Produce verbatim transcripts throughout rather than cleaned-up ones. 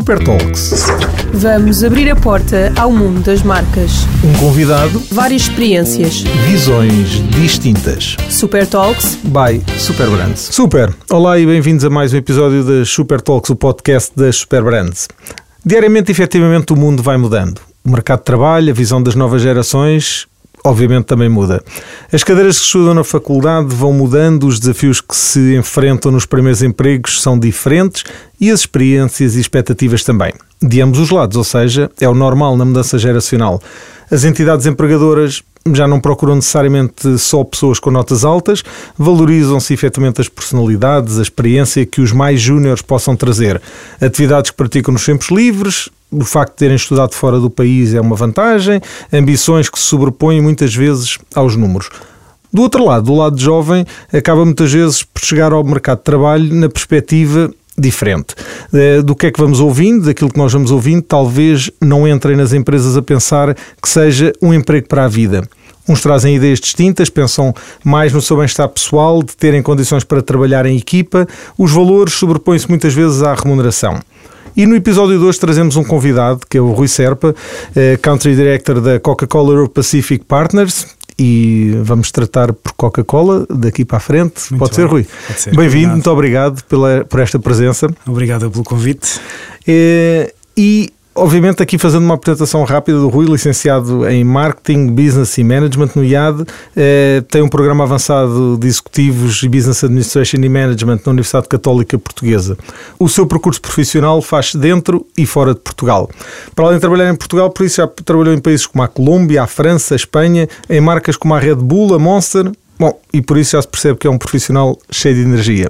Super Talks. Vamos abrir a porta ao mundo das marcas. Um convidado, Várias experiências. visões distintas. Super Talks. By Super Brands. Super! Olá e bem-vindos a mais um episódio das Super Talks, o podcast das Super Brands. Diariamente, efetivamente, o mundo vai mudando. O mercado de trabalho, a visão das novas gerações, obviamente também muda. As cadeiras que se estudam na faculdade vão mudando, os desafios que se enfrentam nos primeiros empregos são diferentes e as experiências e expectativas também. De ambos os lados, ou seja, é o normal na mudança geracional. As entidades empregadoras já não procuram necessariamente só pessoas com notas altas, valorizam-se efetivamente as personalidades, a experiência que os mais júniores possam trazer. Atividades que praticam nos tempos livres, o facto de terem estudado fora do país é uma vantagem, ambições que se sobrepõem muitas vezes aos números. Do outro lado, do lado jovem, acaba muitas vezes por chegar ao mercado de trabalho na perspectiva diferente. Do que é que vamos ouvindo, daquilo que nós vamos ouvindo, talvez não entrem nas empresas a pensar que seja um emprego para a vida. Uns trazem ideias distintas, pensam mais no seu bem-estar pessoal, de terem condições para trabalhar em equipa. Os valores sobrepõem-se muitas vezes à remuneração. E no episódio de hoje trazemos um convidado, que é o Rui Serpa, Country Director da Coca-Cola Europe Pacific Partners, e vamos tratar por Coca-Cola daqui para a frente. Muito Pode bem. ser, Rui? Pode ser. Bem-vindo, Obrigado. muito obrigado pela, por esta presença. Obrigado pelo convite. E, e obviamente aqui fazendo uma apresentação rápida do Rui, licenciado em Marketing, Business e Management no I A D, eh, tem um programa avançado de Executivos e Business Administration e Management na Universidade Católica Portuguesa. O seu percurso profissional faz-se dentro e fora de Portugal. Para além de trabalhar em Portugal, por isso já trabalhou em países como a Colômbia, a França, a Espanha, em marcas como a Red Bull, a Monster. Bom, e por isso já se percebe que é um profissional cheio de energia.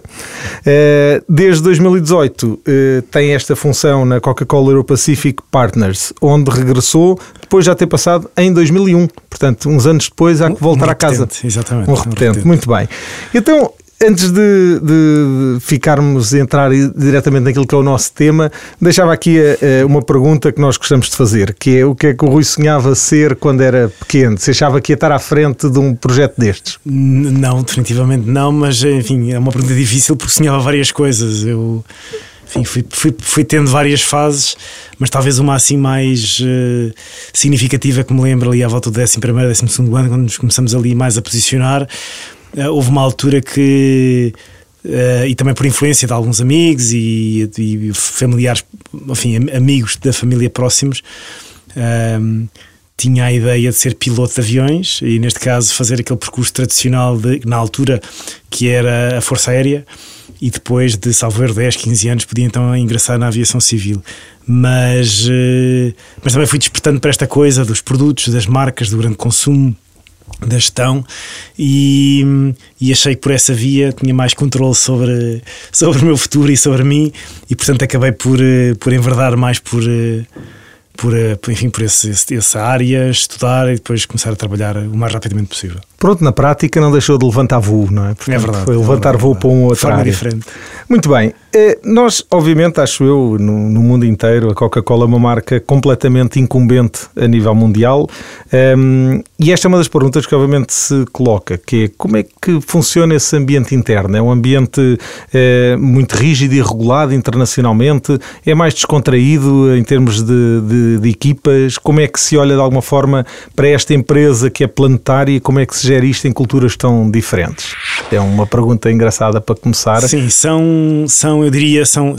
Desde dois mil e dezoito tem esta função na Coca-Cola Europe Pacific Partners, onde regressou depois de já ter passado em dois mil e um. Portanto, uns anos depois há que voltar um à casa. Exatamente. Um repetente, muito bem. Então, antes de, de ficarmos a entrar diretamente naquilo que é o nosso tema, deixava aqui a, a, uma pergunta que nós gostamos de fazer, que é o que é que o Rui sonhava ser quando era pequeno? Se achava que ia estar à frente de um projeto destes? Não, definitivamente não, mas enfim, é uma pergunta difícil porque sonhava várias coisas. Eu enfim, fui, fui, fui tendo várias fases, mas talvez uma assim mais uh, significativa que me lembro ali à volta do décimo primeiro, décimo segundo ano, quando nos começamos ali mais a posicionar. Uh, houve uma altura que, uh, e também por influência de alguns amigos e, e familiares, enfim, amigos da família próximos, uh, tinha a ideia de ser piloto de aviões e, neste caso, fazer aquele percurso tradicional de, na altura, que era a Força Aérea, e depois de, salvo erro, dez, quinze anos, podia então ingressar na aviação civil. Mas, uh, mas também fui despertando para esta coisa dos produtos, das marcas, do grande consumo, da gestão, e, e achei que por essa via tinha mais controle sobre, sobre o meu futuro e sobre mim, e portanto acabei por, por enverdar mais por, por, enfim, por esse, essa área, estudar e depois começar a trabalhar o mais rapidamente possível. Pronto, na prática não deixou de levantar voo, não é? Portanto, é verdade. Foi levantar é verdade, voo para um outro área. diferente. Muito bem. Nós, obviamente, acho eu, no, no mundo inteiro, a Coca-Cola é uma marca completamente incumbente a nível mundial. Um, e esta é uma das perguntas que, obviamente, se coloca, que é como é que funciona esse ambiente interno? É um ambiente é, muito rígido e regulado internacionalmente? É mais descontraído em termos de, de, de equipas? Como é que se olha, de alguma forma, para esta empresa que é planetária? Como é que se gera isto em culturas tão diferentes? É uma pergunta engraçada para começar. Sim, são, são eu diria, são,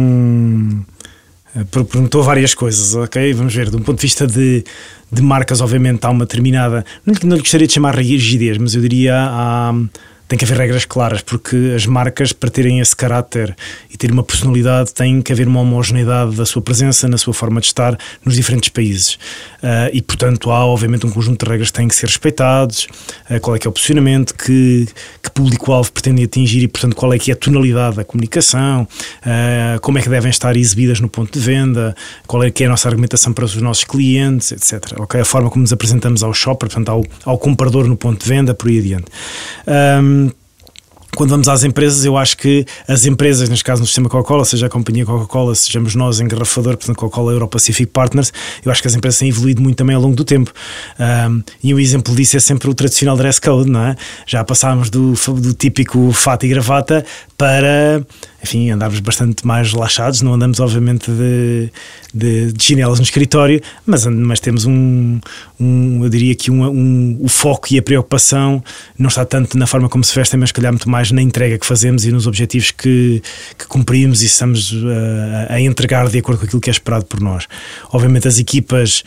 são perguntou várias coisas, ok? Vamos ver, de um ponto de vista de, de marcas, obviamente há uma determinada, não, não lhe gostaria de chamar rigidez, mas eu diria há, tem que haver regras claras, porque as marcas, para terem esse caráter e ter uma personalidade, tem que haver uma homogeneidade da sua presença, na sua forma de estar nos diferentes países. Uh, e, portanto, há, obviamente, um conjunto de regras que têm que ser respeitados, uh, qual é que é o posicionamento, que, que público-alvo pretende atingir e, portanto, qual é que é a tonalidade da comunicação, uh, como é que devem estar exibidas no ponto de venda, qual é que é a nossa argumentação para os nossos clientes, etcétera. Okay? A forma como nos apresentamos ao shopper, portanto, ao, ao comprador no ponto de venda, por aí adiante. Um, quando vamos às empresas, eu acho que as empresas, neste caso no sistema Coca-Cola, seja a companhia Coca-Cola, sejamos nós engarrafador, portanto Coca-Cola Euro-Pacific Partners, eu acho que as empresas têm evoluído muito também ao longo do tempo. Um, e um exemplo disso é sempre o tradicional dress code, não é? Já passámos do, do típico fato e gravata para, enfim, andarmos bastante mais relaxados, não andamos obviamente de, de, de chinelas no escritório, mas, mas temos um, um, eu diria que um, um, o foco e a preocupação não está tanto na forma como se vestem, mas calhar muito mais na entrega que fazemos e nos objetivos que, que cumprimos e estamos a, a entregar de acordo com aquilo que é esperado por nós. Obviamente as equipas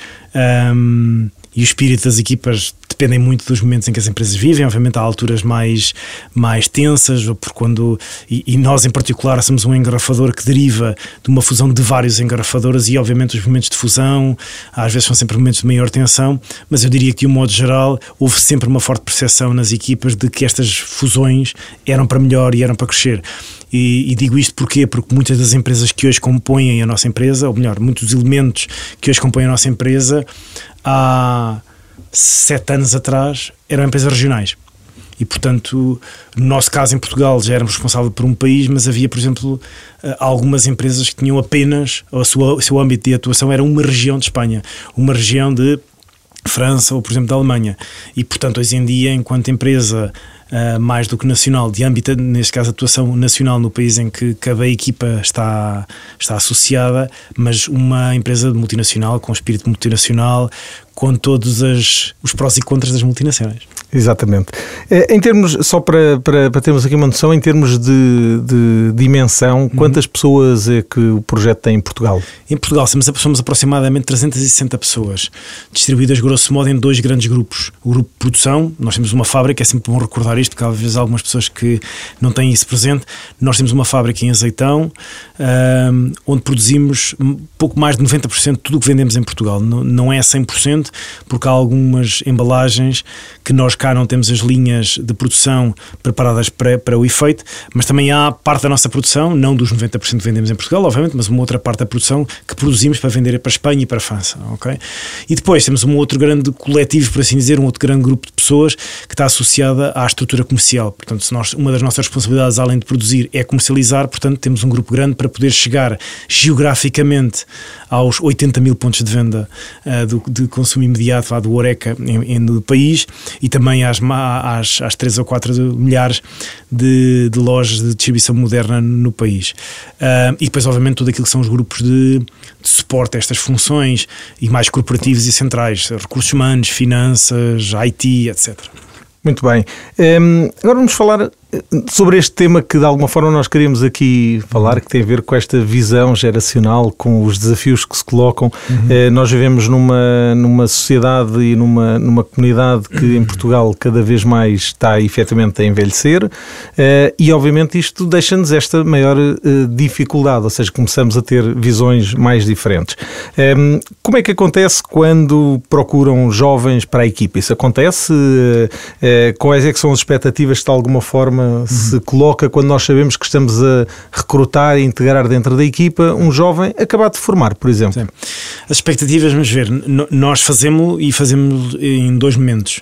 um, e o espírito das equipas dependem muito dos momentos em que as empresas vivem. Obviamente há alturas mais, mais tensas, por quando, e, e nós em particular somos um engarrafador que deriva de uma fusão de vários engarrafadores e obviamente os momentos de fusão às vezes são sempre momentos de maior tensão, mas eu diria que de um modo geral houve sempre uma forte percepção nas equipas de que estas fusões eram para melhor e eram para crescer. E, e digo isto porquê? Porque muitas das empresas que hoje compõem a nossa empresa, ou melhor, muitos elementos que hoje compõem a nossa empresa, há sete anos atrás eram empresas regionais. E, portanto, no nosso caso em Portugal já éramos responsáveis por um país, mas havia, por exemplo, algumas empresas que tinham apenas, a sua, o seu âmbito de atuação era uma região de Espanha, uma região de França ou, por exemplo, da Alemanha. E, portanto, hoje em dia, enquanto empresa Uh, mais do que nacional, de âmbito, neste caso atuação nacional no país em que cada equipa está, está associada, mas uma empresa multinacional, com espírito multinacional, com todos as, os prós e contras das multinacionais. Exatamente. Em termos, só para, para, para termos aqui uma noção, em termos de, de dimensão, quantas uhum. pessoas é que o projeto tem em Portugal? Em Portugal somos, somos aproximadamente trezentas e sessenta pessoas, distribuídas grosso modo em dois grandes grupos. O grupo de produção, nós temos uma fábrica, é sempre bom recordar isto, porque às vezes há algumas pessoas que não têm isso presente. Nós temos uma fábrica em Azeitão, um, onde produzimos pouco mais de noventa por cento de tudo o que vendemos em Portugal. Não, não é cem por cento, porque há algumas embalagens que nós cá não temos as linhas de produção preparadas para, para o efeito, mas também há parte da nossa produção, não dos noventa por cento que vendemos em Portugal, obviamente, mas uma outra parte da produção que produzimos para vender para a Espanha e para a França, ok? E depois temos um outro grande coletivo, por assim dizer, um outro grande grupo de pessoas que está associada à estrutura comercial. Portanto, se nós, uma das nossas responsabilidades, além de produzir, é comercializar, portanto, temos um grupo grande para poder chegar geograficamente aos oitenta mil pontos de venda uh, do, de consumo imediato lá do Horeca em, em, no país, e também às, às, às três ou quatro milhares de, de lojas de distribuição moderna no país. Uh, e depois, obviamente, tudo aquilo que são os grupos de, de suporte a estas funções e mais corporativos e centrais, recursos humanos, finanças, I T, etcétera. Muito bem. Um, agora vamos falar sobre este tema que de alguma forma nós queríamos aqui falar, que tem a ver com esta visão geracional, com os desafios que se colocam. Uhum. Uh, nós vivemos numa, numa sociedade e numa, numa comunidade que uhum. em Portugal cada vez mais está efetivamente a envelhecer, uh, e obviamente isto deixa-nos esta maior uh, dificuldade, ou seja, começamos a ter visões mais diferentes. Um, como é que acontece quando procuram jovens para a equipa? Isso acontece? Uh, uh, quais é que são as expectativas que de alguma forma Uhum. se coloca quando nós sabemos que estamos a recrutar e integrar dentro da equipa um jovem acabado de formar, por exemplo? Sim. As expectativas, vamos ver, nós fazemos e fazemos em dois momentos.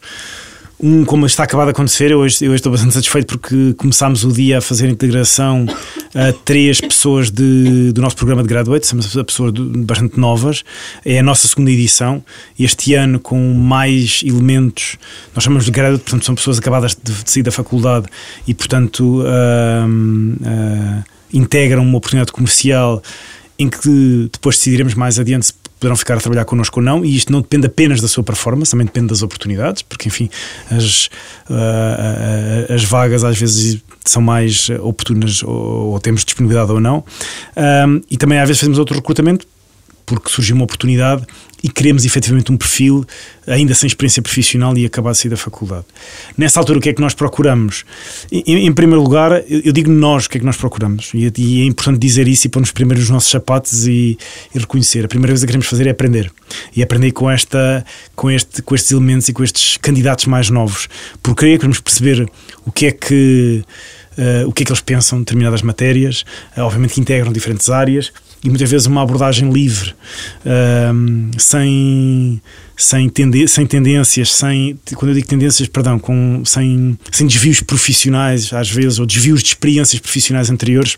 Um, como está acabado de acontecer, eu hoje, eu hoje estou bastante satisfeito porque começámos o dia a fazer a integração a três pessoas de, do nosso programa de graduate, somos pessoas bastante novas, é a nossa segunda edição, este ano com mais elementos, nós chamamos de graduate, portanto são pessoas acabadas de, de sair da faculdade e portanto uh, uh, integram uma oportunidade comercial em que depois decidiremos mais adiante se poderão ficar a trabalhar connosco ou não, e isto não depende apenas da sua performance, também depende das oportunidades, porque enfim as, uh, as vagas às vezes são mais oportunas ou, ou temos disponibilidade ou não, um, e também às vezes fazemos outro recrutamento porque surgiu uma oportunidade e queremos efetivamente um perfil ainda sem experiência profissional e acabar de sair da faculdade. Nessa altura o que é que nós procuramos? Em, em primeiro lugar, eu digo nós o que é que nós procuramos, e, e é importante dizer isso e pôr-nos primeiro os nossos sapatos e, e reconhecer. A primeira coisa que queremos fazer é aprender, e aprender com, esta, com, este, com estes elementos e com estes candidatos mais novos, porque queremos perceber o que é que Uh, o que é que eles pensam de determinadas matérias, uh, obviamente que integram diferentes áreas, e muitas vezes uma abordagem livre, uh, sem, sem, tende, sem tendências, sem, quando eu digo tendências, perdão, com, sem, sem desvios profissionais às vezes, ou desvios de experiências profissionais anteriores,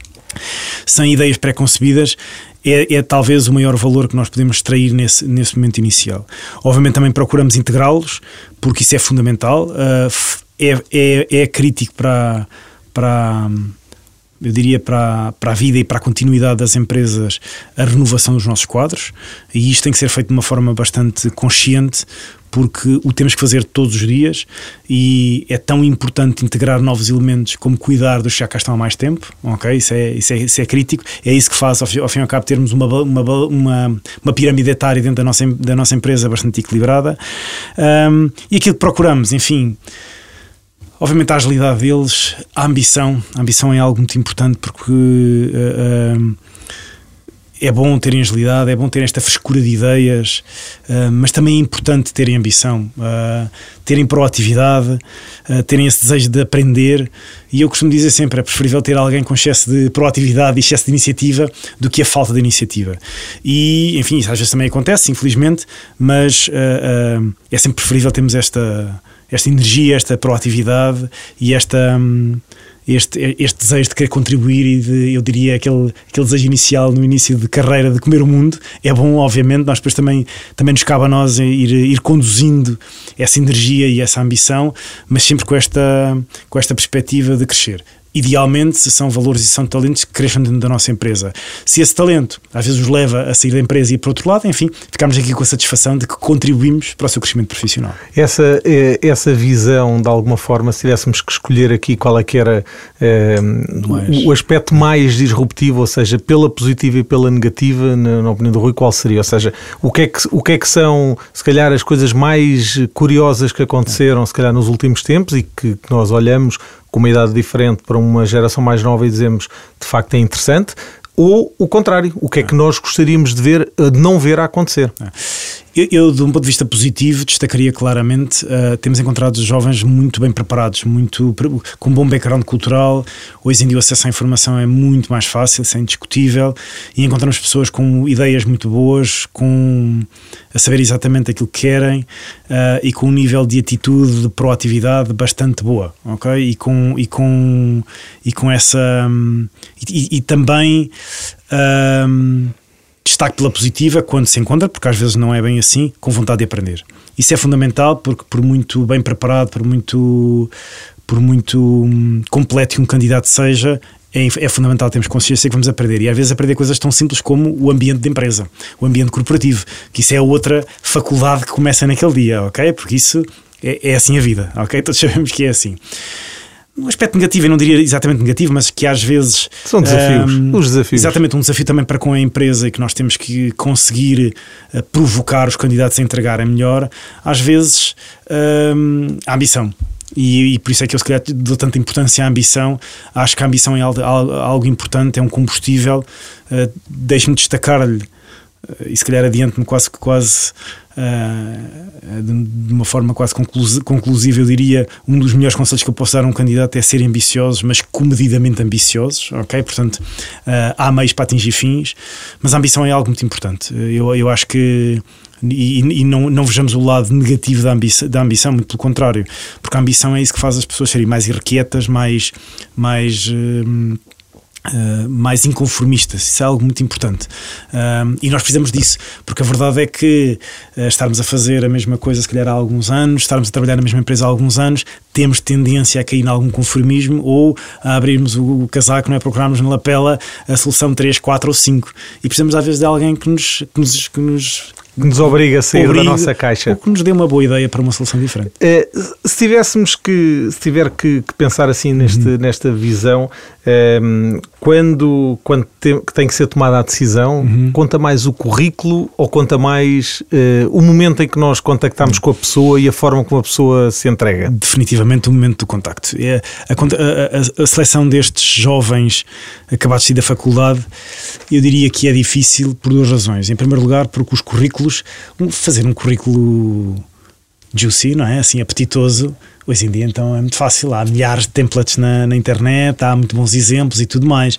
sem ideias pré-concebidas, é, é talvez o maior valor que nós podemos extrair nesse, nesse momento inicial. Obviamente também procuramos integrá-los, porque isso é fundamental, uh, é, é, é crítico para, para, eu diria, para, para a vida e para a continuidade das empresas, a renovação dos nossos quadros, e isto tem que ser feito de uma forma bastante consciente, porque o temos que fazer todos os dias, e é tão importante integrar novos elementos como cuidar dos que já cá estão há mais tempo, ok? Isso é, isso é, isso é crítico, é isso que faz ao fim, ao fim e ao cabo termos uma, uma, uma, uma pirâmide etária dentro da nossa, da nossa empresa bastante equilibrada, um, e aquilo que procuramos, enfim, obviamente a agilidade deles, a ambição, a ambição é algo muito importante, porque uh, uh, é bom terem agilidade, é bom terem esta frescura de ideias, uh, mas também é importante terem ambição, uh, terem proatividade, uh, terem esse desejo de aprender, e eu costumo dizer sempre, é preferível ter alguém com excesso de proatividade e excesso de iniciativa do que a falta de iniciativa. E, enfim, isso às vezes também acontece, infelizmente, mas uh, uh, é sempre preferível termos esta, esta energia, esta proatividade e esta... Um, Este, este desejo de querer contribuir e de, eu diria, aquele, aquele desejo inicial no início de carreira de comer o mundo. É bom, obviamente, nós depois também, também nos cabe a nós ir, ir conduzindo essa energia e essa ambição, mas sempre com esta, com esta perspectiva de crescer. Idealmente, se são valores e são talentos que cresçam dentro da nossa empresa. Se esse talento às vezes os leva a sair da empresa e ir para outro lado, enfim, ficamos aqui com a satisfação de que contribuímos para o seu crescimento profissional. Essa, essa visão, de alguma forma, se tivéssemos que escolher aqui qual é que era é, o aspecto mais disruptivo, ou seja, pela positiva e pela negativa, na, na opinião do Rui, qual seria? Ou seja, o que, é que, o que é que são, se calhar, as coisas mais curiosas que aconteceram, se calhar, nos últimos tempos e que, que nós olhamos com uma idade diferente para uma geração mais nova e dizemos, de facto é interessante, ou o contrário, o que é que nós gostaríamos de ver, de não ver a acontecer? Eu, eu, de um ponto de vista positivo, destacaria claramente, uh, temos encontrado jovens muito bem preparados, muito, com um bom background cultural. Hoje em dia o acesso à informação é muito mais fácil, isso é indiscutível, e encontramos pessoas com ideias muito boas, com, a saber exatamente aquilo que querem, uh, e com um nível de atitude, de proatividade bastante boa, ok? E com, e com, e com essa... Um, e, e também... Um, destaque pela positiva quando se encontra, porque às vezes não é bem assim, com vontade de aprender. Isso é fundamental, porque por muito bem preparado, por muito, por muito hum, completo que um candidato seja, é, é fundamental termos consciência que vamos aprender. E às vezes aprender coisas tão simples como o ambiente de empresa, o ambiente corporativo, que isso é outra faculdade que começa naquele dia, ok? Porque isso é, é assim a vida, ok? Todos sabemos que é assim. Um aspecto negativo, eu não diria exatamente negativo, mas que às vezes... São desafios, um, os desafios. Exatamente, um desafio também para com a empresa, e que nós temos que conseguir uh, provocar os candidatos a entregarem melhor, às vezes um, a ambição. E, e por isso é que eu se calhar dou tanta importância à ambição. Acho que a ambição é algo, algo importante, é um combustível. Uh, deixe-me destacar-lhe, uh, e se calhar adiante-me quase que quase... Uh, de, de uma forma quase conclus, conclusiva, eu diria, um dos melhores conselhos que eu posso dar a um candidato é serem ambiciosos, mas comedidamente ambiciosos, ok? Portanto, uh, há meios para atingir fins, mas a ambição é algo muito importante. Eu, eu acho que e, e não, não vejamos o lado negativo da ambição, da ambição, muito pelo contrário, porque a ambição é isso que faz as pessoas serem mais irrequietas, mais, mais uh, Uh, mais inconformistas. Isso é algo muito importante, uh, e nós precisamos disso, porque a verdade é que uh, estarmos a fazer a mesma coisa se calhar há alguns anos, estarmos a trabalhar na mesma empresa há alguns anos, temos tendência a cair em algum conformismo ou a abrirmos o, o casaco, não é? Procurarmos na lapela a solução três, quatro ou cinco, e precisamos às vezes de alguém que nos, que nos, que nos que nos obriga a sair obriga, da nossa caixa, ou que nos dê uma boa ideia para uma solução diferente. É, se tivéssemos que, se tiver que, que pensar assim neste, uhum. nesta visão, é, quando, quando tem, que tem que ser tomada a decisão, uhum. conta mais o currículo ou conta mais é, o momento em que nós contactamos uhum. com a pessoa e a forma como a pessoa se entrega? Definitivamente o momento do contacto. É, a, a, a, a seleção destes jovens acabados de sair da faculdade, eu diria que é difícil por duas razões. Em primeiro lugar, porque os currículos, fazer um currículo juicy, não é? Assim, apetitoso, Hoje em dia, então, é muito fácil. Há milhares de templates na, na internet, há muito bons exemplos e tudo mais.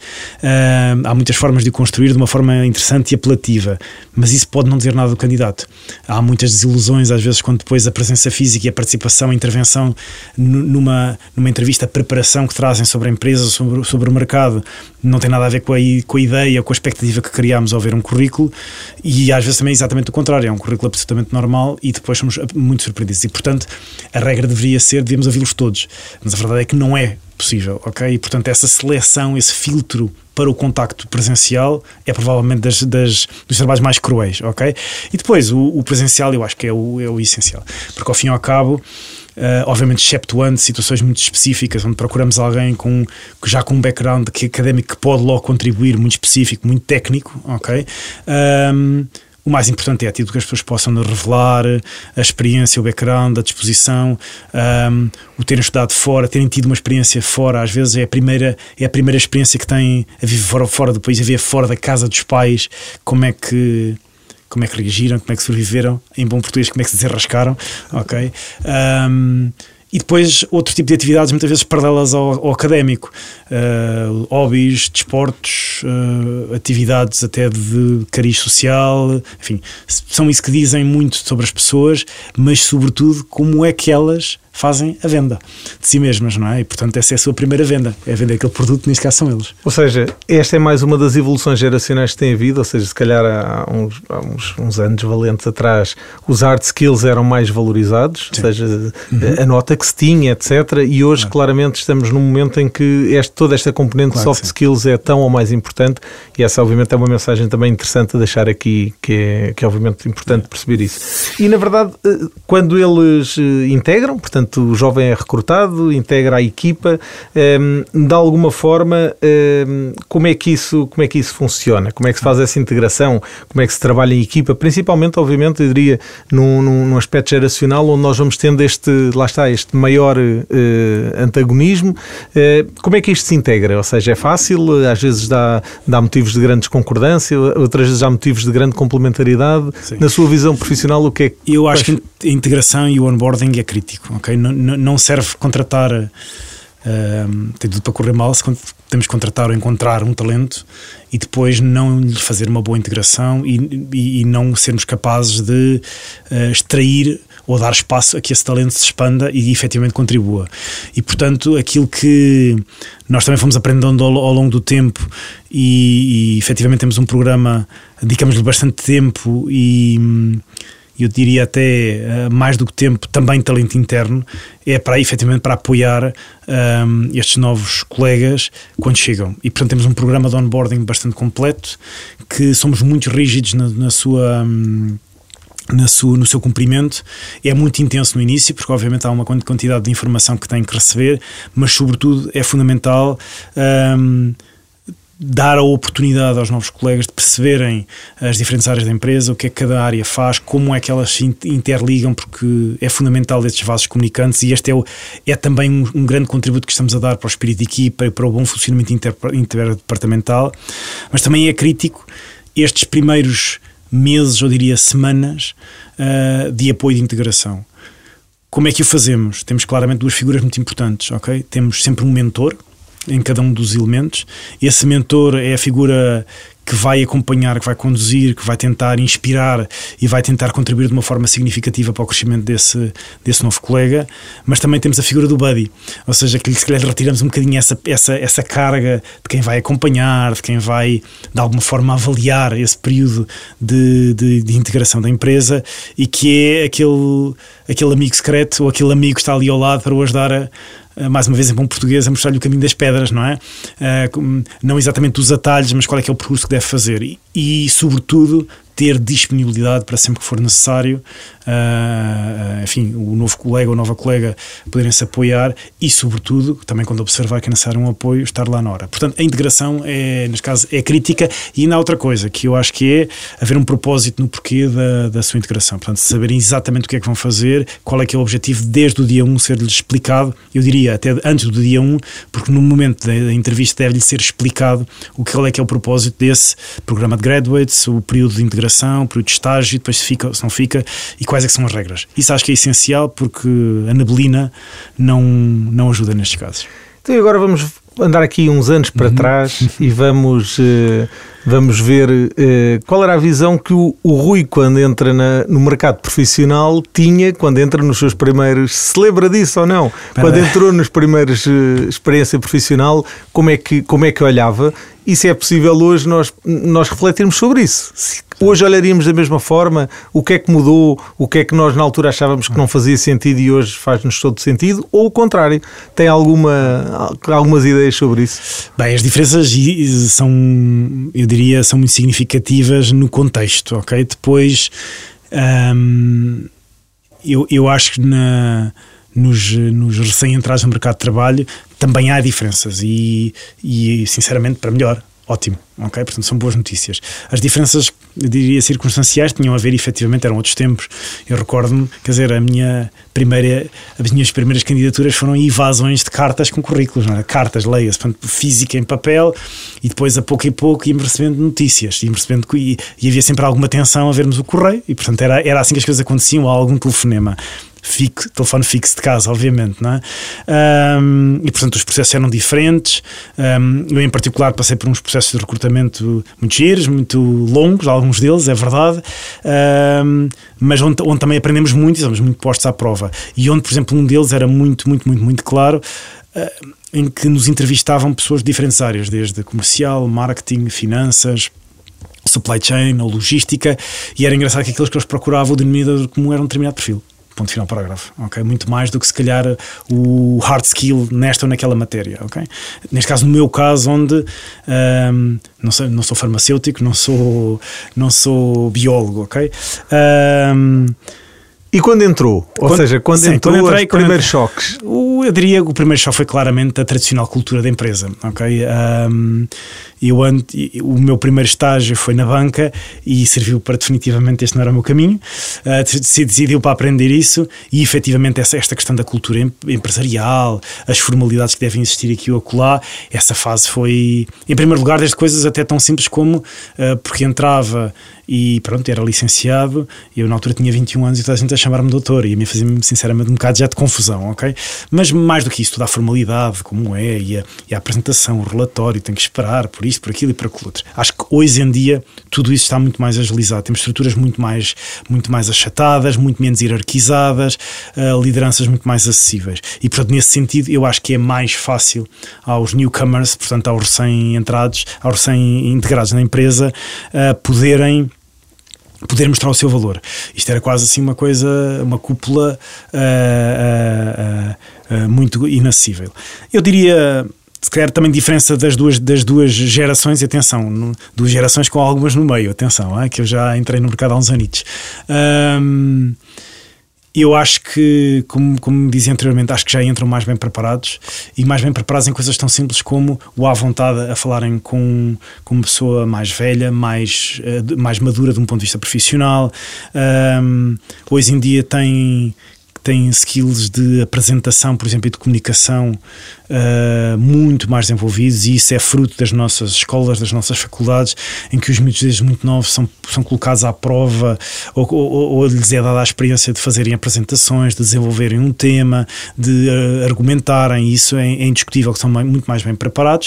Uh, há muitas formas de construir de uma forma interessante e apelativa, mas isso pode não dizer nada do candidato. Há muitas desilusões, às vezes, quando depois a presença física e a participação, a intervenção numa, numa entrevista, a preparação que trazem sobre a empresa, sobre, sobre o mercado, não tem nada a ver com a, com a ideia, com a expectativa que criámos ao ver um currículo, e às vezes também é exatamente o contrário. É um currículo absolutamente normal e depois somos muito surpreendidos. E, portanto, a regra deveria ser devemos ouvi-los todos, mas a verdade é que não é possível, ok? E portanto essa seleção, esse filtro para o contacto presencial é provavelmente das, das, dos trabalhos mais cruéis, ok? E depois o, o presencial eu acho que é o, é o essencial, porque ao fim e ao cabo, Uh, obviamente exceptuando situações muito específicas onde procuramos alguém com, já com um background que, académico que pode logo contribuir, muito específico, muito técnico, ok? Um, O mais importante é aquilo que as pessoas possam revelar, a experiência, o background, a disposição, um, o terem estudado fora, terem tido uma experiência fora. Às vezes é a primeira, é a primeira experiência que têm a viver fora, fora do país, a viver fora da casa dos pais, como é que, como é que reagiram, como é que sobreviveram, em bom português, como é que se desenrascaram, ok? Um, E depois outro tipo de atividades, muitas vezes paralelas ao, ao académico, uh, hobbies, desportos, uh, atividades até de cariz social, enfim, são isso que dizem muito sobre as pessoas, mas sobretudo como é que elas fazem a venda de si mesmas, não é? E portanto essa é a sua primeira venda, é vender aquele produto, neste caso são eles. Ou seja, esta é mais uma das evoluções geracionais que tem havido, ou seja, se calhar há uns, há uns, uns anos valentes atrás os hard skills eram mais valorizados, Sim. ou seja, uhum. a nota que se tinha, etcétera. E hoje claro. claramente estamos num momento em que este, toda esta componente claro de soft skills é tão ou mais importante, e essa obviamente é uma mensagem também interessante a deixar aqui, que é, que é obviamente importante perceber isso. E na verdade, quando eles integram, portanto o jovem é recrutado, integra a equipa, um, de alguma forma, um, como é que isso, como é que isso funciona? Como é que se faz essa integração? Como é que se trabalha em equipa? Principalmente, obviamente, eu diria, num, num aspecto geracional, onde nós vamos tendo este, lá está, este maior uh, antagonismo. Uh, como é que isto se integra? Ou seja, é fácil, às vezes dá, dá motivos de grande discordância, outras vezes há motivos de grande complementaridade. Sim. Na sua visão profissional, o que é que... Eu acho que a integração e o onboarding é crítico, ok? Não, não serve contratar, uh, tem tudo para correr mal se temos que contratar ou encontrar um talento e depois não lhe fazer uma boa integração e, e, e não sermos capazes de uh, extrair ou dar espaço a que esse talento se expanda e efetivamente contribua. E portanto aquilo que nós também fomos aprendendo ao, ao longo do tempo e, e efetivamente temos um programa, dedicamos-lhe bastante tempo e eu diria até uh, mais do que tempo, também talento interno, é para efetivamente para apoiar um, estes novos colegas quando chegam. E portanto temos um programa de onboarding bastante completo, que somos muito rígidos na, na sua... Um, Na sua, no seu cumprimento. É muito intenso no início, porque obviamente há uma quantidade de informação que tem que receber, mas sobretudo é fundamental um, dar a oportunidade aos novos colegas de perceberem as diferentes áreas da empresa, o que é que cada área faz, como é que elas se interligam, porque é fundamental estes vasos comunicantes, e este é, o, é também um, um grande contributo que estamos a dar para o espírito de equipa e para o bom funcionamento inter, interdepartamental, mas também é crítico estes primeiros meses, ou diria semanas, uh, de apoio de integração. Como é que o fazemos? Temos claramente duas figuras muito importantes, ok? Temos sempre um mentor em cada um dos elementos. Esse mentor é a figura que vai acompanhar, que vai conduzir, que vai tentar inspirar e vai tentar contribuir de uma forma significativa para o crescimento desse, desse novo colega, mas também temos a figura do buddy, ou seja, que se calhar retiramos um bocadinho essa, essa, essa carga de quem vai acompanhar, de quem vai de alguma forma avaliar esse período de, de, de integração da empresa, e que é aquele, aquele amigo secreto ou aquele amigo que está ali ao lado para o ajudar a, mais uma vez em bom português, a mostrar-lhe o caminho das pedras, não é? Uh, não exatamente os atalhos, mas qual é que é o percurso que deve fazer e, e sobretudo, ter disponibilidade para sempre que for necessário, uh, enfim, o novo colega ou nova colega poderem se apoiar e, sobretudo, também quando observar que é necessário um apoio, estar lá na hora. Portanto, a integração é, neste caso, é crítica. E ainda há outra coisa, que eu acho que é haver um propósito no porquê da, da sua integração. Portanto, saberem exatamente o que é que vão fazer, qual é que é o objetivo desde o dia um ser-lhes explicado, eu diria até antes do dia um, porque no momento da, da entrevista deve-lhe ser explicado o que, qual é que é o propósito desse programa de graduates, o período de integração, o período de estágio, depois se fica ou se não fica, e quais é que são as regras. Isso acho que é essencial, porque a neblina não, não ajuda nestes casos. Então agora vamos andar aqui uns anos para uhum. trás e vamos, uh, vamos ver uh, qual era a visão que o, o Rui, quando entra na, no mercado profissional, tinha quando entra nos seus primeiros... Se lembra disso ou não? Para quando entrou nos primeiros uh, experiência profissional, como é que, como é que olhava? E se é possível hoje nós, nós refletirmos sobre isso. Se hoje olharíamos da mesma forma, o que é que mudou, o que é que nós na altura achávamos que não fazia sentido e hoje faz-nos todo sentido, ou o contrário? Tem alguma, algumas ideias sobre isso? Bem, as diferenças são, eu diria, são muito significativas no contexto, ok? Depois, hum, eu, eu acho que na... Nos, nos recém-entrados no mercado de trabalho também há diferenças e, e sinceramente para melhor, ótimo, ok? Portanto são boas notícias. As diferenças, eu diria, circunstanciais tinham a ver, efetivamente, eram outros tempos. Eu recordo-me, quer dizer, a minha primeira, as minhas primeiras candidaturas foram evasões de cartas com currículos, não é? Cartas, leia-se, portanto, física em papel, e depois a pouco e pouco íamos recebendo notícias, íamos recebendo, e, e havia sempre alguma tensão a vermos o correio, e portanto era, era assim que as coisas aconteciam, ou algum telefonema. Fico, telefone fixo de casa, obviamente, não é? Um, e portanto os processos eram diferentes. Um, eu em particular passei por uns processos de recrutamento muito giros, muito longos, alguns deles, é verdade, um, mas onde, onde também aprendemos muito e estamos muito postos à prova, e onde, por exemplo, um deles era muito, muito, muito, muito claro, uh, em que nos entrevistavam pessoas de diferentes áreas, desde comercial, marketing, finanças, supply chain ou logística, e era engraçado que aqueles que eles procuravam, o denominador comum era um determinado perfil. Ponto final, parágrafo, ok? Muito mais do que se calhar o hard skill nesta ou naquela matéria, ok? Neste caso, no meu caso, onde um, não, sei, não sou farmacêutico, não sou, não sou biólogo, ok? Um, E quando entrou? Ou quando, seja, quando sim, entrou, quando entrei, os primeiros entrei, choques? O, eu diria que o primeiro choque foi claramente a tradicional cultura da empresa, ok? Um, eu, o meu primeiro estágio foi na banca e serviu para definitivamente este não era o meu caminho. Uh, se decidiu para aprender isso e efetivamente essa, esta questão da cultura empresarial, as formalidades que devem existir aqui ou acolá, essa fase foi, em primeiro lugar, desde coisas até tão simples como uh, porque entrava e pronto, era licenciado, eu na altura tinha vinte e um anos e toda a gente a chamar-me doutor e a mim fazia-me sinceramente um bocado já de confusão, ok? Mas mais do que isso, toda a formalidade, como é, e a, e a apresentação, o relatório, tem que esperar por isto, por aquilo e por aquilo outro. Acho que hoje em dia tudo isso está muito mais agilizado, temos estruturas muito mais, muito mais achatadas, muito menos hierarquizadas, uh, lideranças muito mais acessíveis e portanto nesse sentido eu acho que é mais fácil aos newcomers, portanto aos recém-entrados, aos recém-integrados na empresa, uh, poderem poder mostrar o seu valor. Isto era quase assim uma coisa, uma cúpula uh, uh, uh, uh, muito inacessível. Eu diria, se calhar também diferença das duas, das duas gerações, e atenção, no, duas gerações com algumas no meio, atenção, é, que eu já entrei no mercado há uns anitos. Um, Eu acho que, como, como dizia anteriormente, acho que já entram mais bem preparados e mais bem preparados em coisas tão simples como o à vontade a falarem com, com uma pessoa mais velha, mais, mais madura de um ponto de vista profissional. Um, hoje em dia tem... têm skills de apresentação, por exemplo, e de comunicação uh, muito mais desenvolvidos, e isso é fruto das nossas escolas, das nossas faculdades, em que os miúdos desde muito novos são, são colocados à prova ou, ou, ou lhes é dada a experiência de fazerem apresentações, de desenvolverem um tema, de uh, argumentarem, e isso é, é indiscutível que são muito mais bem preparados.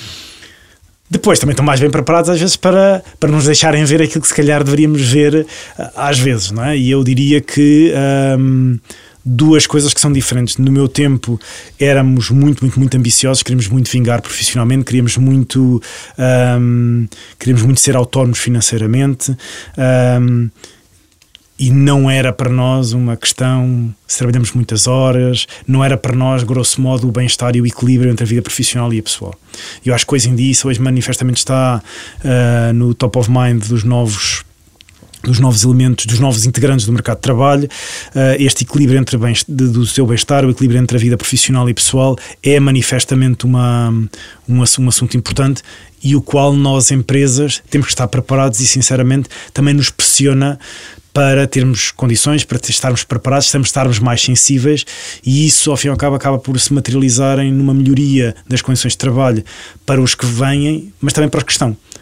Depois também estão mais bem preparados às vezes para, para nos deixarem ver aquilo que se calhar deveríamos ver às vezes, não é? E eu diria que um, duas coisas que são diferentes. No meu tempo éramos muito, muito, muito ambiciosos, queríamos muito vingar profissionalmente, queríamos muito, um, queríamos muito ser autónomos financeiramente, um, e não era para nós uma questão se trabalhamos muitas horas, não era para nós, grosso modo, o bem-estar e o equilíbrio entre a vida profissional e a pessoal. E eu acho que hoje em dia isso hoje manifestamente está uh, no top of mind dos novos dos novos elementos, dos novos integrantes do mercado de trabalho. Uh, este equilíbrio entre bem, de, do seu bem-estar, o equilíbrio entre a vida profissional e pessoal é manifestamente uma, um, um assunto importante, e o qual nós, empresas, temos que estar preparados e sinceramente também nos pressiona para termos condições, para estarmos preparados, para estarmos mais sensíveis, e isso ao fim e ao cabo acaba por se materializar em numa melhoria das condições de trabalho para os que vêm, mas também para os que estão.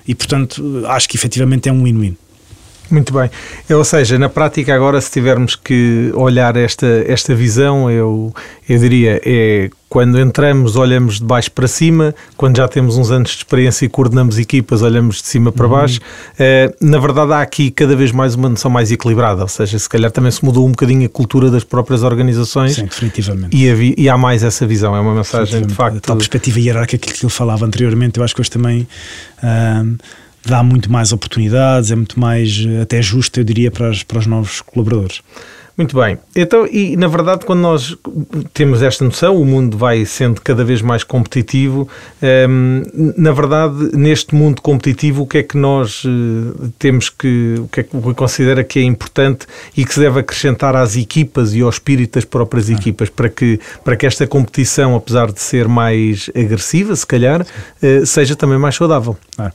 E, portanto, acho que efetivamente é um win-win. Muito bem. Ou seja, na prática agora, se tivermos que olhar esta, esta visão, eu, eu diria, é quando entramos, olhamos de baixo para cima, quando já temos uns anos de experiência e coordenamos equipas, olhamos de cima para baixo. Uhum. Uh, na verdade, há aqui cada vez mais uma noção mais equilibrada, ou seja, se calhar também se mudou um bocadinho a cultura das próprias organizações. Sim, definitivamente. E, havia, e há mais essa visão, é uma mensagem de facto. A tal perspectiva hierárquica que ele falava anteriormente, eu acho que hoje também... Uh, dá muito mais oportunidades, é muito mais até justo, eu diria, para, as, para os novos colaboradores. Muito bem. Então, e na verdade, quando nós temos esta noção, o mundo vai sendo cada vez mais competitivo. Hum, na verdade, neste mundo competitivo, o que é que nós uh, temos que, o que é que considera que é importante e que se deve acrescentar às equipas e ao espírito das próprias ah. equipas para que, para que esta competição, apesar de ser mais agressiva, se calhar, uh, seja também mais saudável? Ah.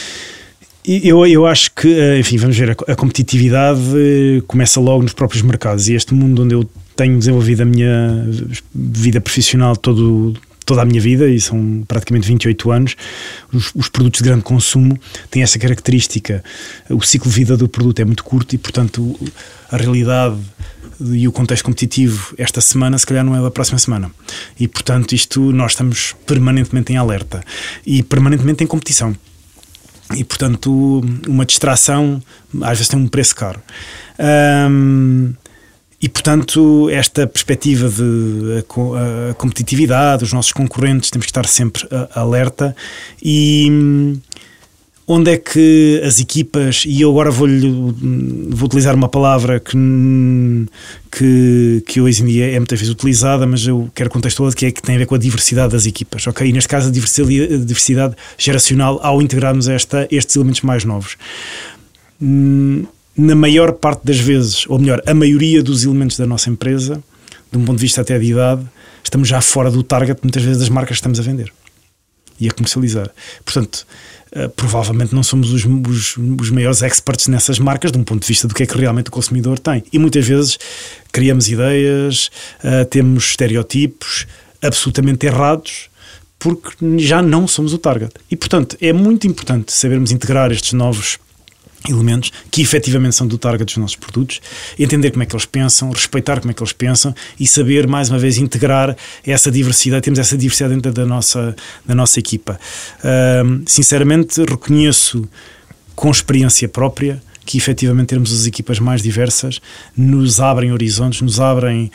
Eu, eu acho que, enfim, vamos ver, a competitividade começa logo nos próprios mercados, e este mundo onde eu tenho desenvolvido a minha vida profissional todo, toda a minha vida, e são praticamente vinte e oito anos, os, os produtos de grande consumo têm essa característica, o ciclo de vida do produto é muito curto e, portanto, a realidade e o contexto competitivo esta semana se calhar não é da próxima semana, e, portanto, isto nós estamos permanentemente em alerta e permanentemente em competição. E, portanto, uma distração às vezes tem um preço caro. Um, e, portanto, esta perspectiva de a, a competitividade, os nossos concorrentes, temos que estar sempre a, alerta. E onde é que as equipas, e eu agora vou, vou utilizar uma palavra que, que, que hoje em dia é muitas vezes utilizada, mas eu quero contextualizar, que é que tem a ver com a diversidade das equipas, ok? E neste caso a diversidade, a diversidade geracional ao integrarmos esta, estes elementos mais novos. Na maior parte das vezes, ou melhor, a maioria dos elementos da nossa empresa, de um ponto de vista até de idade, estamos já fora do target, muitas vezes, das marcas que estamos a vender e a comercializar. Portanto, Uh, provavelmente não somos os, os, os maiores experts nessas marcas de um ponto de vista do que é que realmente o consumidor tem, e muitas vezes criamos ideias, uh, temos estereotipos absolutamente errados porque já não somos o target, e portanto é muito importante sabermos integrar estes novos elementos que efetivamente são do target dos nossos produtos, entender como é que eles pensam, respeitar como é que eles pensam e saber, mais uma vez, integrar essa diversidade, temos essa diversidade dentro da nossa, da nossa equipa. Uh, sinceramente, reconheço com experiência própria que efetivamente termos as equipas mais diversas nos abrem horizontes, nos abrem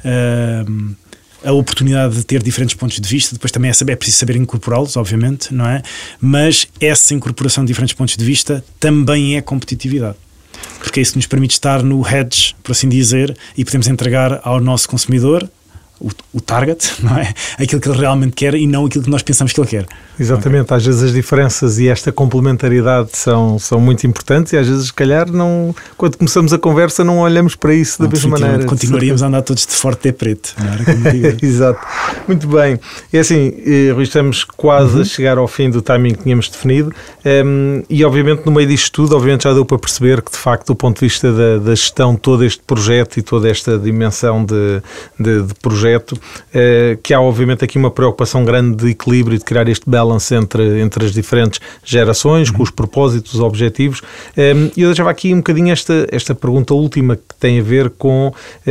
uh, a oportunidade de ter diferentes pontos de vista. Depois também é, saber, é preciso saber incorporá-los, obviamente, não é? Mas essa incorporação de diferentes pontos de vista também é competitividade, porque é isso que nos permite estar no hedge, por assim dizer, e podemos entregar ao nosso consumidor o, o target, não é? Aquilo que ele realmente quer e não aquilo que nós pensamos que ele quer. Exatamente, okay. Às vezes as diferenças e esta complementaridade são, são muito importantes, e às vezes, se calhar, não, quando começamos a conversa não olhamos para isso não, da mesma maneira. Continuaríamos a andar todos de forte e preto, não era? Como digo. Exato. Muito bem. É assim, Rui, estamos quase uhum. a chegar ao fim do timing que tínhamos definido, um, e obviamente no meio disto tudo, obviamente já deu para perceber que, de facto, do ponto de vista da, da gestão de todo este projeto e toda esta dimensão de, de, de projeto, Uh, que há obviamente aqui uma preocupação grande de equilíbrio e de criar este balance entre, entre as diferentes gerações, uhum. com os propósitos, os objetivos. Um, eu deixava aqui um bocadinho esta, esta pergunta última que tem a ver com...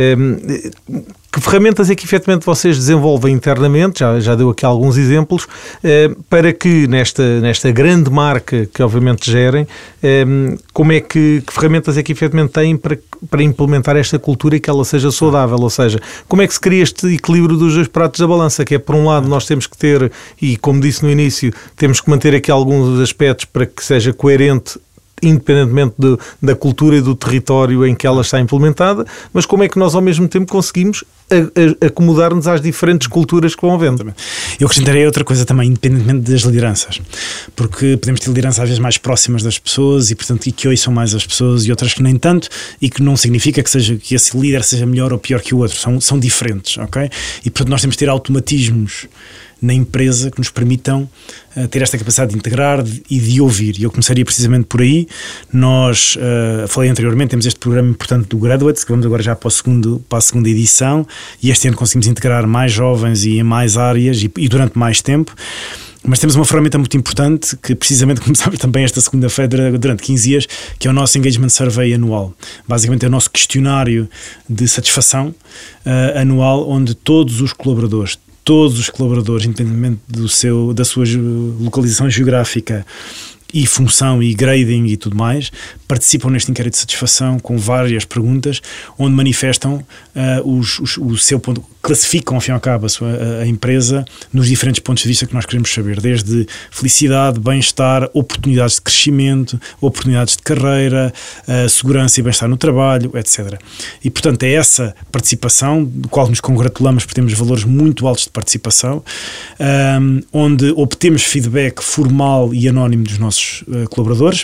Um, que ferramentas é que efetivamente vocês desenvolvem internamente, já, já deu aqui alguns exemplos, eh, para que nesta, nesta grande marca que obviamente gerem, eh, como é que, que ferramentas é que efetivamente têm para, para implementar esta cultura e que ela seja saudável, ou seja, como é que se cria este equilíbrio dos dois pratos da balança, que é, por um lado, nós temos que ter, e como disse no início, temos que manter aqui alguns aspectos para que seja coerente independentemente de, da cultura e do território em que ela está implementada, mas como é que nós ao mesmo tempo conseguimos a, a, acomodar-nos às diferentes culturas que vão havendo. Eu acrescentarei outra coisa também, independentemente das lideranças, porque podemos ter lideranças às vezes mais próximas das pessoas e portanto e que ouçam mais as pessoas e outras que nem tanto, e que não significa que, seja, que esse líder seja melhor ou pior que o outro, são, são diferentes, ok? E portanto nós temos de ter automatismos na empresa que nos permitam uh, ter esta capacidade de integrar e de ouvir. E eu começaria precisamente por aí. Nós, uh, falei anteriormente, temos este programa importante do Graduates, que vamos agora já para, o segundo, para a segunda edição, e este ano conseguimos integrar mais jovens e em mais áreas e, e durante mais tempo. Mas temos uma ferramenta muito importante que precisamente começámos também esta segunda-feira durante quinze dias, que é o nosso Engagement Survey anual. Basicamente é o nosso questionário de satisfação uh, anual, onde todos os colaboradores, todos os colaboradores, independentemente do seu, da sua localização geográfica e função e grading e tudo mais, participam neste inquérito de satisfação com várias perguntas, onde manifestam uh, os, os, o seu ponto, classificam ao fim e ao cabo a, sua, a, a empresa nos diferentes pontos de vista que nós queremos saber, desde felicidade, bem-estar, oportunidades de crescimento, oportunidades de carreira, uh, segurança e bem-estar no trabalho, etcétera. E portanto é essa participação, do qual nos congratulamos porque temos valores muito altos de participação, um, onde obtemos feedback formal e anónimo dos nossos uh, colaboradores.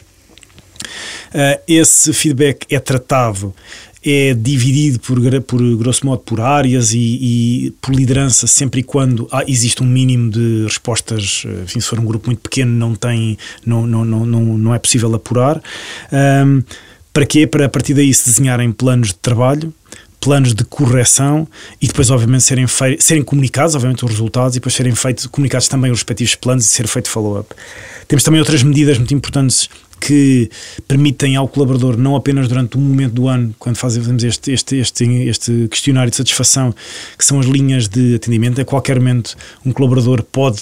Uh, esse feedback é tratado, é dividido por, por grosso modo por áreas e, e por liderança, sempre e quando há, existe um mínimo de respostas. Enfim, se for um grupo muito pequeno não, tem, não, não, não, não, não é possível apurar. Um, para quê? Para a partir daí se desenharem planos de trabalho, planos de correção e depois obviamente serem, fei- serem comunicados obviamente os resultados e depois serem feitos, comunicados também os respectivos planos e ser feito follow-up. Temos também outras medidas muito importantes que permitem ao colaborador, não apenas durante um momento do ano, quando fazemos este, este, este, este questionário de satisfação, que são as linhas de atendimento, a qualquer momento um colaborador pode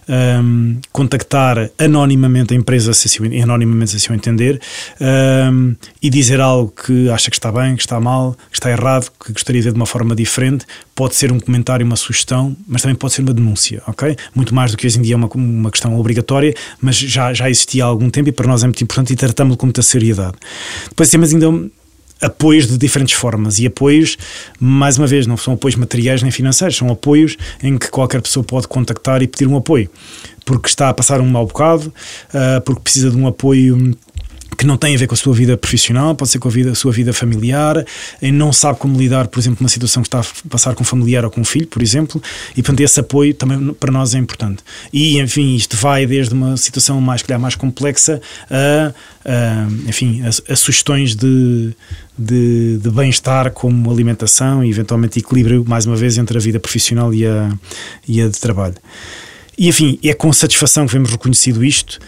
um, contactar anonimamente a empresa, se assim, anonimamente se assim o entender, um, e dizer algo que acha que está bem, que está mal, que está errado, que gostaria de ver de uma forma diferente. Pode ser um comentário, uma sugestão, mas também pode ser uma denúncia, ok? Muito mais do que hoje em dia é uma, uma questão obrigatória, mas já, já existia há algum tempo e para nós é muito importante e tratamos-lo com muita seriedade. Depois temos ainda apoios de diferentes formas, e apoios, mais uma vez, não são apoios materiais nem financeiros, são apoios em que qualquer pessoa pode contactar e pedir um apoio, porque está a passar um mau bocado, uh, porque precisa de um apoio que não tem a ver com a sua vida profissional, pode ser com a, vida, a sua vida familiar, e não sabe como lidar, por exemplo, numa situação que está a passar com um familiar ou com um filho, por exemplo, e portanto esse apoio também para nós é importante. E enfim, isto vai desde uma situação mais, calhar, mais complexa a, a, enfim, a, a sugestões de, de, de bem-estar, como alimentação e eventualmente equilíbrio, mais uma vez, entre a vida profissional e a, e a de trabalho. E enfim, é com satisfação que vemos reconhecido isto,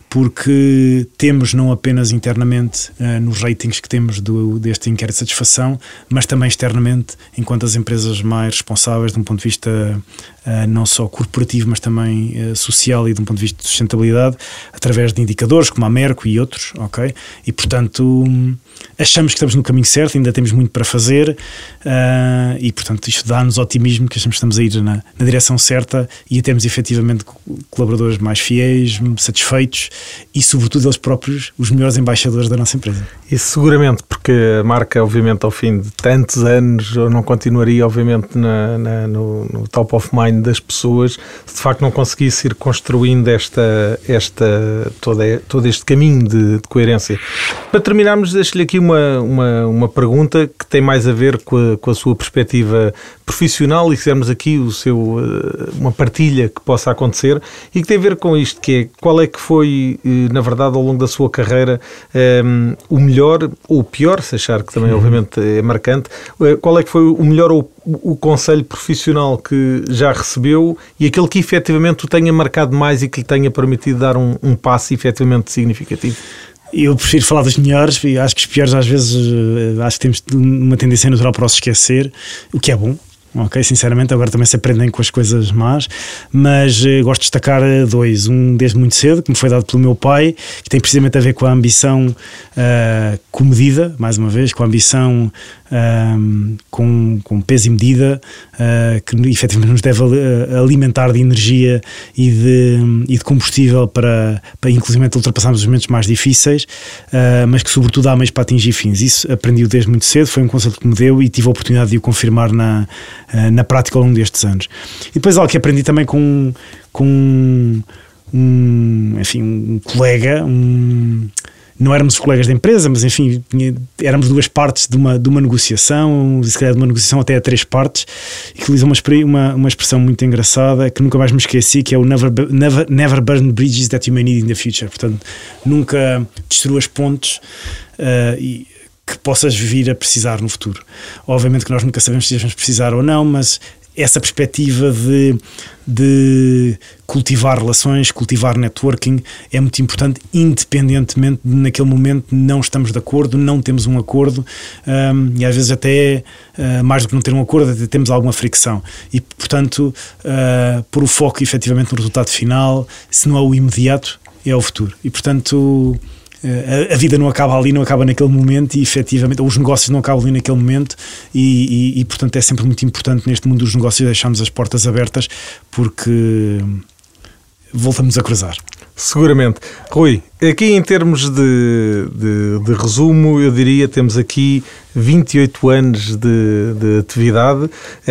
porque temos não apenas internamente uh, nos ratings que temos do, deste inquérito de satisfação, mas também externamente, enquanto as empresas mais responsáveis de um ponto de vista uh, não só corporativo, mas também uh, social e de um ponto de vista de sustentabilidade, através de indicadores como a Merco e outros, ok? E portanto um, achamos que estamos no caminho certo, ainda temos muito para fazer uh, e portanto isto dá-nos otimismo que achamos que estamos a ir na, na direção certa e a termos efetivamente colaboradores mais fiéis, satisfeitos e sobretudo eles próprios os melhores embaixadores da nossa empresa. Isso seguramente, porque a marca obviamente ao fim de tantos anos não continuaria obviamente na, na, no, no top of mind das pessoas se de facto não conseguisse ir construindo esta, esta, toda, todo este caminho de, de coerência. Para terminarmos, deixo-lhe aqui uma, uma, uma pergunta que tem mais a ver com a, com a sua perspectiva profissional e fizermos aqui o seu, uma partilha que possa acontecer e que tem a ver com isto, que é qual é que foi, na verdade, ao longo da sua carreira um, o melhor ou o pior, se achar que também obviamente é marcante, qual é que foi o melhor ou o conselho profissional que já recebeu e aquele que efetivamente o tenha marcado mais e que lhe tenha permitido dar um, um passo efetivamente significativo? Eu prefiro falar dos melhores, e acho que os piores às vezes acho que temos uma tendência natural para os esquecer, o que é bom. Ok, sinceramente, agora também se aprendem com as coisas más, mas uh, gosto de destacar dois. Um desde muito cedo, que me foi dado pelo meu pai, que tem precisamente a ver com a ambição uh, comedida, mais uma vez, com a ambição um, com, com peso e medida, uh, que efetivamente nos deve alimentar de energia e de, e de combustível para, para inclusivamente ultrapassarmos os momentos mais difíceis, uh, mas que sobretudo há meios para atingir fins. Isso aprendi desde muito cedo, foi um conselho que me deu e tive a oportunidade de o confirmar na na prática ao longo destes anos. E depois algo que aprendi também com, com um, enfim, um colega, um, não éramos colegas da empresa, mas enfim, éramos duas partes de uma, de uma negociação, se calhar de uma negociação até a três partes, e que utiliza uma, uma, uma expressão muito engraçada, que nunca mais me esqueci, que é o never, never, never burn bridges that you may need in the future. Portanto, nunca destruas pontes uh, e que possas vir a precisar no futuro. Obviamente que nós nunca sabemos se vamos precisar ou não, mas essa perspectiva de, de cultivar relações, cultivar networking é muito importante, independentemente de naquele momento não estamos de acordo, não temos um acordo, um, e às vezes até uh, mais do que não ter um acordo, até temos alguma fricção, e portanto uh, pôr o foco efetivamente no resultado final, se não é o imediato, é o futuro, e portanto A, a vida não acaba ali, não acaba naquele momento, e efetivamente, ou os negócios não acabam ali naquele momento, e, e, e portanto é sempre muito importante neste mundo dos negócios deixarmos as portas abertas, porque voltamos a cruzar. Seguramente. Rui, aqui em termos de, de, de resumo, eu diria, temos aqui vinte e oito anos de, de atividade,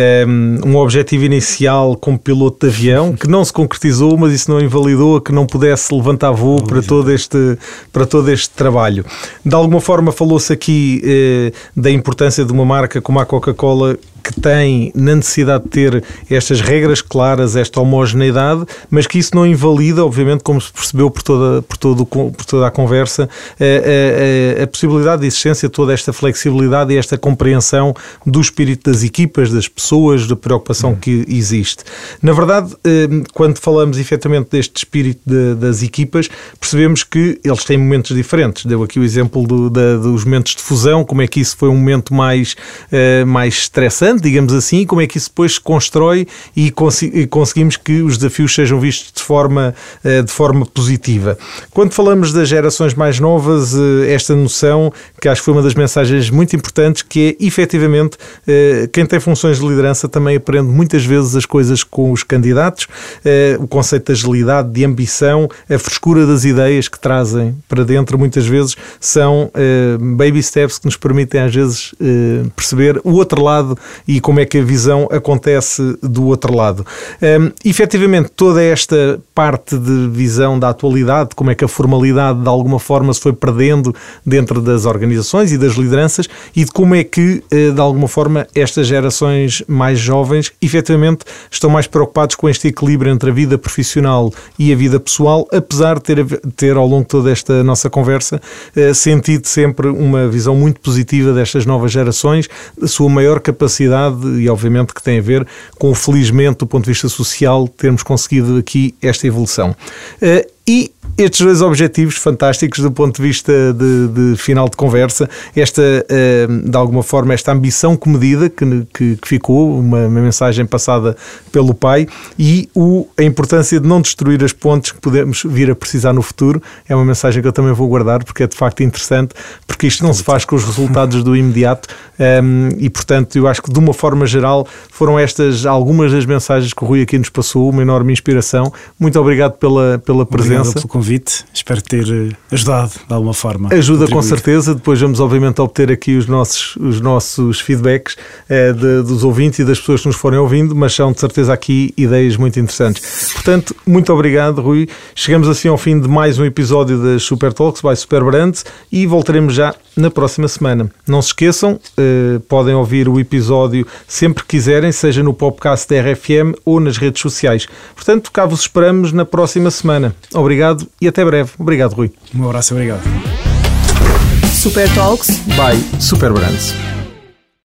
um objetivo inicial como piloto de avião, que não se concretizou, mas isso não invalidou a que não pudesse levantar voo para todo este, para todo este trabalho. De alguma forma falou-se aqui eh, da importância de uma marca como a Coca-Cola, que tem na necessidade de ter estas regras claras, esta homogeneidade, mas que isso não invalida, obviamente, como se percebeu por toda, por todo, por toda a conversa, a, a, a possibilidade de existência de toda esta flexibilidade e esta compreensão do espírito das equipas, das pessoas, da preocupação uhum. que existe. Na verdade, quando falamos efetivamente deste espírito de, das equipas, percebemos que eles têm momentos diferentes. Deu aqui o exemplo do, da, dos momentos de fusão, como é que isso foi um momento mais, mais estressante, digamos assim, como é que isso depois se constrói e, cons- e conseguimos que os desafios sejam vistos de forma, de forma positiva. Quando falamos das gerações mais novas, esta noção, que acho que foi uma das mensagens muito importantes, que é, efetivamente, quem tem funções de liderança também aprende muitas vezes as coisas com os candidatos, o conceito de agilidade, de ambição, a frescura das ideias que trazem para dentro, muitas vezes são baby steps que nos permitem às vezes perceber o outro lado e como é que a visão acontece do outro lado. Um, efetivamente, toda esta parte de visão da atualidade, como é que a formalidade de alguma forma se foi perdendo dentro das organizações e das lideranças, e de como é que, de alguma forma, estas gerações mais jovens efetivamente estão mais preocupados com este equilíbrio entre a vida profissional e a vida pessoal, apesar de ter, ter ao longo de toda esta nossa conversa sentido sempre uma visão muito positiva destas novas gerações, a sua maior capacidade e obviamente que tem a ver com, felizmente, do ponto de vista social, termos conseguido aqui esta evolução. Uh, e estes dois objetivos fantásticos do ponto de vista de, de final de conversa, esta, uh, de alguma forma, esta ambição comedida que, que, que ficou, uma, uma mensagem passada pelo pai, e o, a importância de não destruir as pontes que podemos vir a precisar no futuro, é uma mensagem que eu também vou guardar, porque é de facto interessante, porque isto não se faz com os resultados do imediato, um, e portanto eu acho que de uma forma geral foram estas algumas das mensagens que o Rui aqui nos passou, uma enorme inspiração. Muito obrigado pela, pela presença. Obrigado pelo convite, espero ter ajudado de alguma forma. Ajuda com certeza, depois vamos obviamente obter aqui os nossos, os nossos feedbacks eh, de, dos ouvintes e das pessoas que nos forem ouvindo, mas são de certeza aqui ideias muito interessantes. Portanto, muito obrigado, Rui. Chegamos assim ao fim de mais um episódio das Super Talks by Super Brands e voltaremos já na próxima semana. Não se esqueçam, eh, podem ouvir o episódio sempre que quiserem, seja no podcast da R F M ou nas redes sociais. Portanto, cá vos esperamos na próxima semana. Obrigado e até breve. Obrigado, Rui. Um abraço, obrigado. Super Talks by Super Brands.